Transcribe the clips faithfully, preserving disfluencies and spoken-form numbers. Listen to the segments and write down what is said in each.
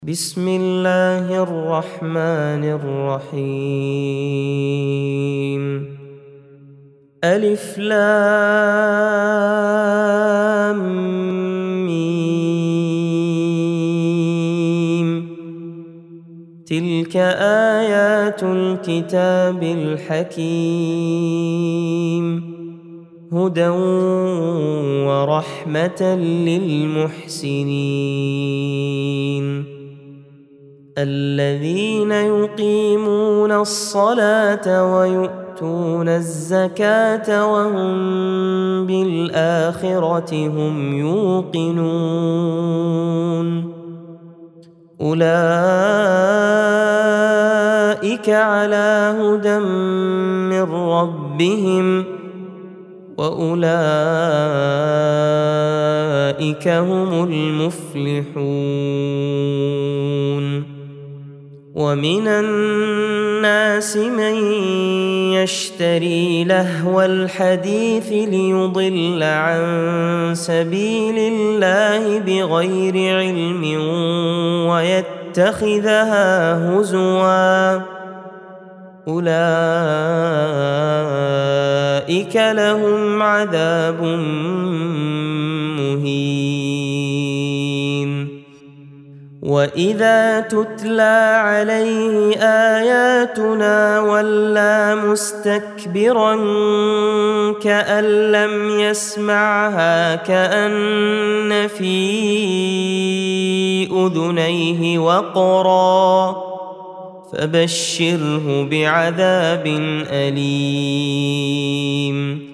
بسم الله الرحمن الرحيم. ألف لام ميم. تلك آيات الكتاب الحكيم، هدى ورحمة للمحسنين الذين يقيمون الصلاة ويؤتون الزكاة وهم بالآخرة هم يوقنون. أولئك على هدى من ربهم وأولئك هم المفلحون. ومن الناس من يشتري لهو الحديث ليضل عن سبيل الله بغير علم ويتخذها هزوا، أولئك لهم عذاب مهين. وإذا تتلى عليه آياتنا ولى مستكبرا كأن لم يسمعها كأن في أذنيه وقرا، فبشره بعذاب أليم.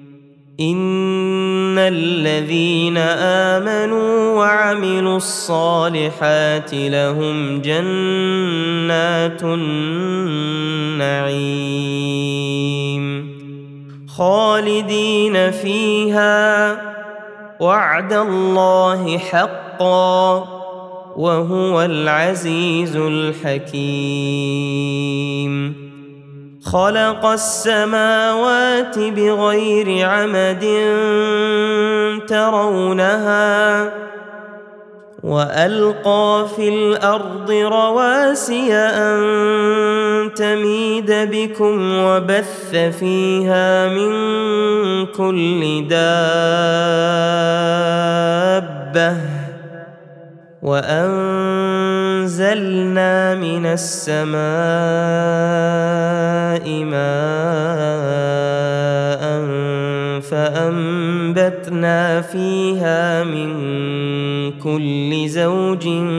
إن الذين آمنوا وعملوا الصالحات لهم جنات النعيم خالدين فيها، وعد الله حقا وهو العزيز الحكيم. خلق السماوات بغير عمد ترونها، وألقى في الأرض رواسي أن تميد بكم وبث فيها من كل دابة، وأنزلنا من السماء ماء فأنبتنا فيها من كل زوج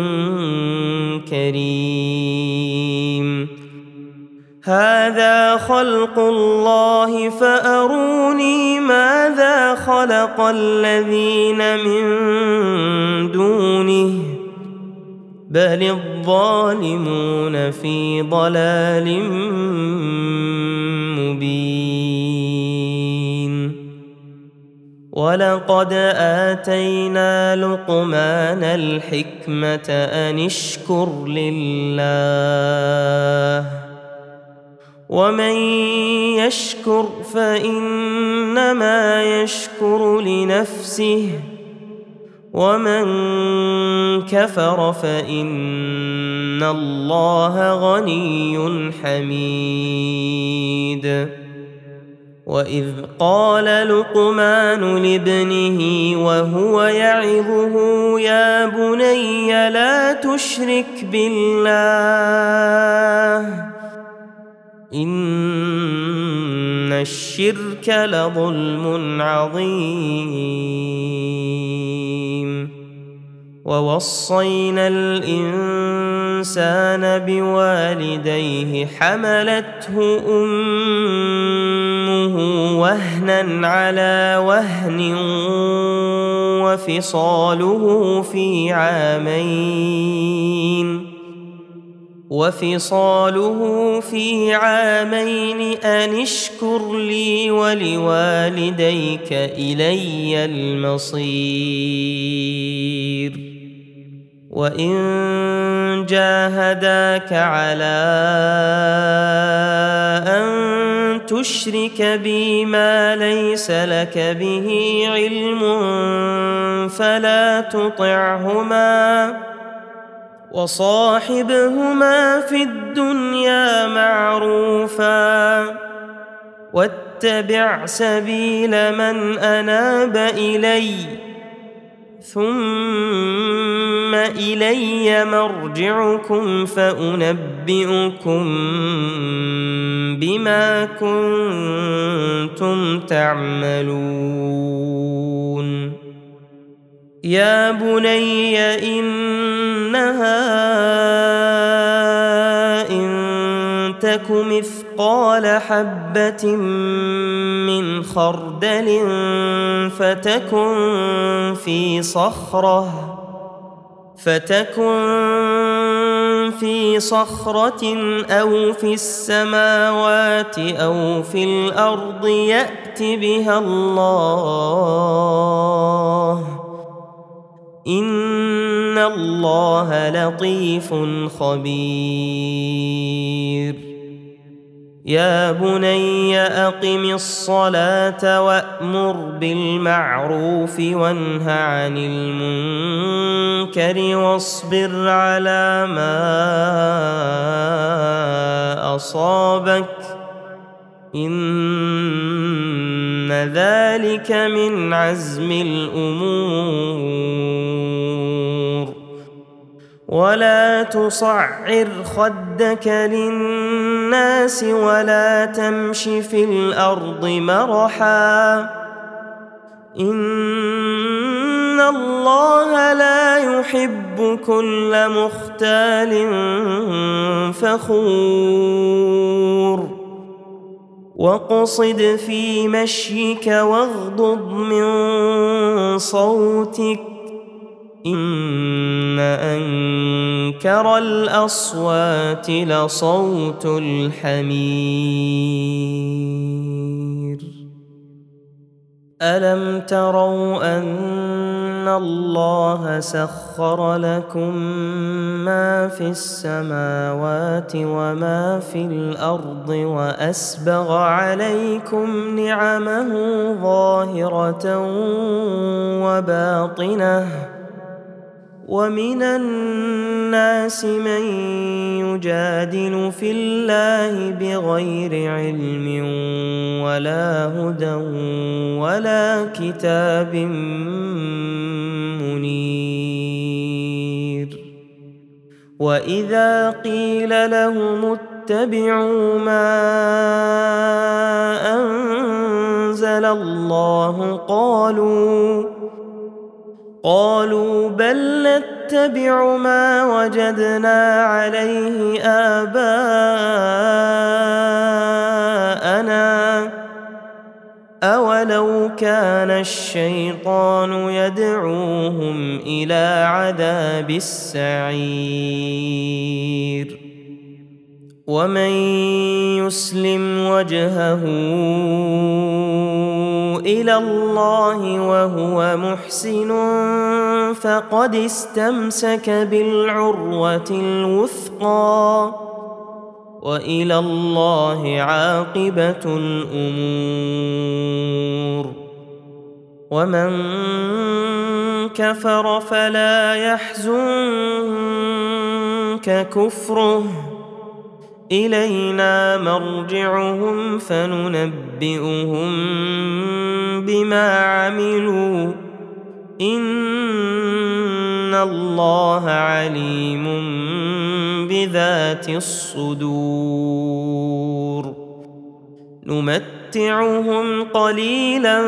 كريم. هذا خلق الله فأروني ماذا خلق الذين من دونه، بل الظالمون في ضلال مبين. ولقد آتينا لقمان الحكمة أن اشكر لله، ومن يشكر فإنما يشكر لنفسه، ومن كفر فإن الله غني حميد. وإذ قال لقمان لابنه وهو يعظه يا بني لا تشرك بالله إن الشرك لظلم عظيم. ووصينا الإنسان بوالديه حملته أمه وهنا على وهن وفصاله في عامين وفصاله في عامين أن اشكر لي ولوالديك إلي المصير. وإن جاهداك على أن تشرك بي ما ليس لك به علم فلا تطعهما وصاحبهما في الدنيا معروفا واتبع سبيل من أناب إلي ثم إلي مرجعكم فأنبئكم بما كنتم تعملون يا بني إنها إن تك مثقال حبة من خردل فتكن في صخرة فتكن في صخرة أو في السماوات أو في الأرض يأت بها الله إن الله لطيف خبير يا بني أقم الصلاة وأمر بالمعروف وانه عن المنكر واصبر على ما أصابك إن ذلك من عزم الأمور ولا تصعر خدك للناس ولا تمش في الأرض مرحا إن الله لا يحب كل مختال فخور واقصد في مشيك واغضض من صوتك إن أنكر الأصوات لصوت الحمير ألم تروا أن الله سخر لكم ما في السماوات وما في الأرض وأسبغ عليكم نعمه ظاهرة وباطنة ومن الناس من يجادل في الله بغير علم ولا هدى ولا كتاب منير وإذا قيل لهم اتبعوا ما أنزل الله قالوا قالوا بل نتبع ما وجدنا عليه آباءنا أولو كان الشيطان يدعوهم إلى عذاب السعير ومن يسلم وجهه إلى الله وهو محسن فقد استمسك بالعروة الوثقى وإلى الله عاقبة الأمور ومن كفر فلا يحزنك كفره إلينا مرجعهم فننبئهم بما عملوا إن الله عليم بذات الصدور نمتعهم قليلا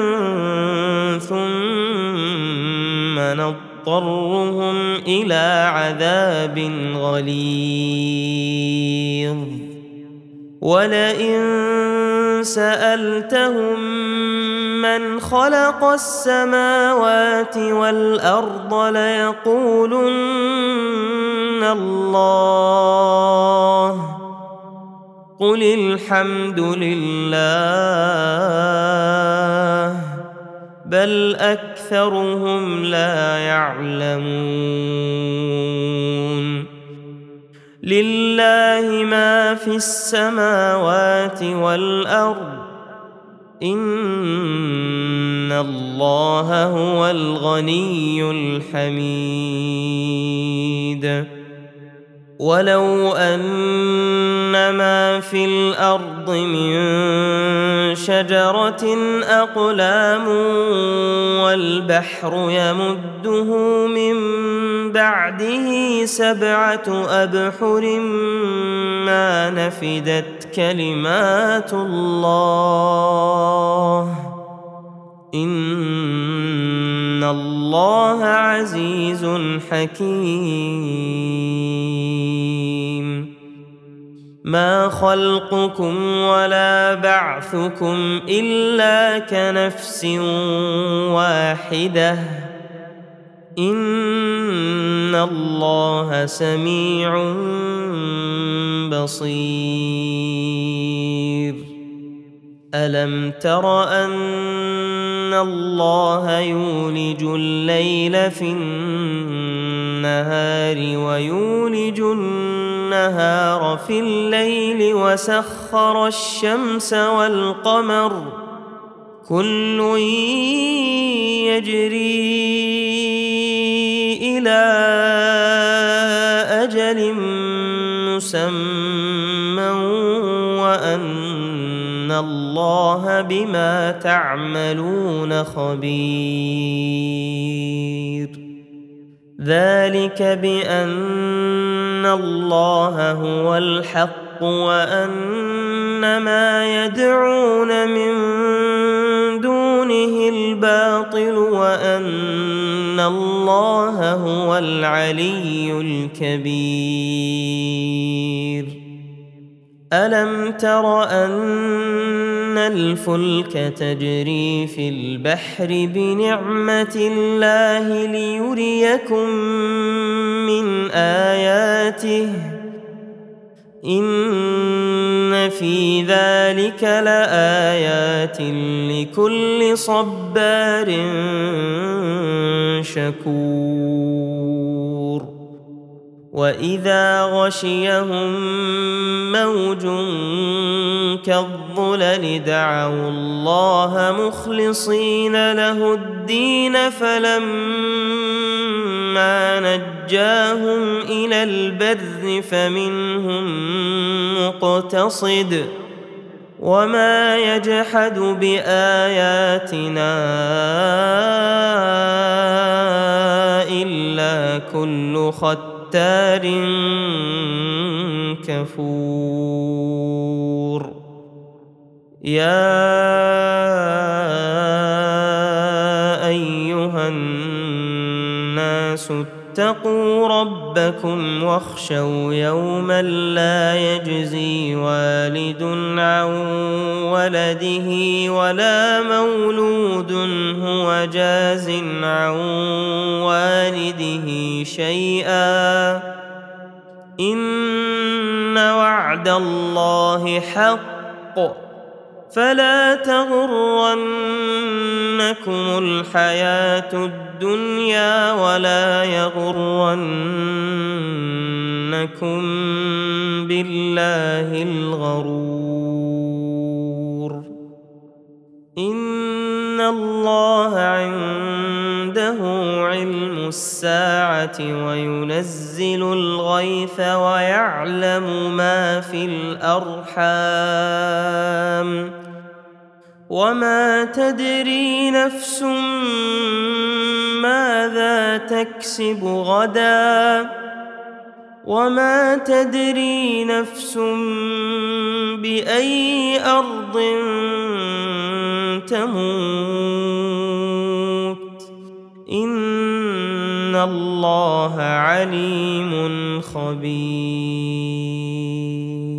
ثم نضطرهم إلى عذاب غليظ ولئن سألتهم من خلق السماوات والأرض ليقولن الله قل الحمد لله بل أكثرهم لا يعلمون لله ما في السماوات والأرض إن الله هو الغني الحميد ولو أن ما في الأرض من شجرة أقلام والبحر يمده من بعده سبعة أبحر ما نفدت كلمات الله إن الله عزيز حكيم. ما خلقكم ولا بعثكم إلا كنفس واحدة إن الله سميع بصير. ألم تر أن الله يولج الليل في النهار ويولج النهار في الليل وسخر الشمس والقمر كل يجري إلى أجل مسمى وأن الله بما تعملون خبير. ذلك بأن الله هو الحق وأن ما يدعون من دونه الباطل وأن الله هو العلي الكبير. ألم تر أن الفلك تجري في البحر بنعمة الله ليريكم من آياته إن في ذلك لآيات لكل صبار شكور. وإذا غشيهم موج كالظلل دعوا الله مخلصين له الدين فلما نجاهم إلى البر فمنهم مقتصد وما يجحد بآياتنا إلا كل ختار كفور. يا أيها الناس اتقوا ربكم واخشوا يوما لا يجزي والد عن ولده ولا مولود هو جاز عن والده شيئا إن وعد الله حق فلا تغرنكم الحياة الدنيا ولا يغرنكم بالله الغرور. إن الله عنده علم الساعة وينزل الغيث ويعلم ما في الأرحام وما تدري نفس ماذا تكسب غدا وما تدري نفس بأي أرض تموت إن الله عليم خبير.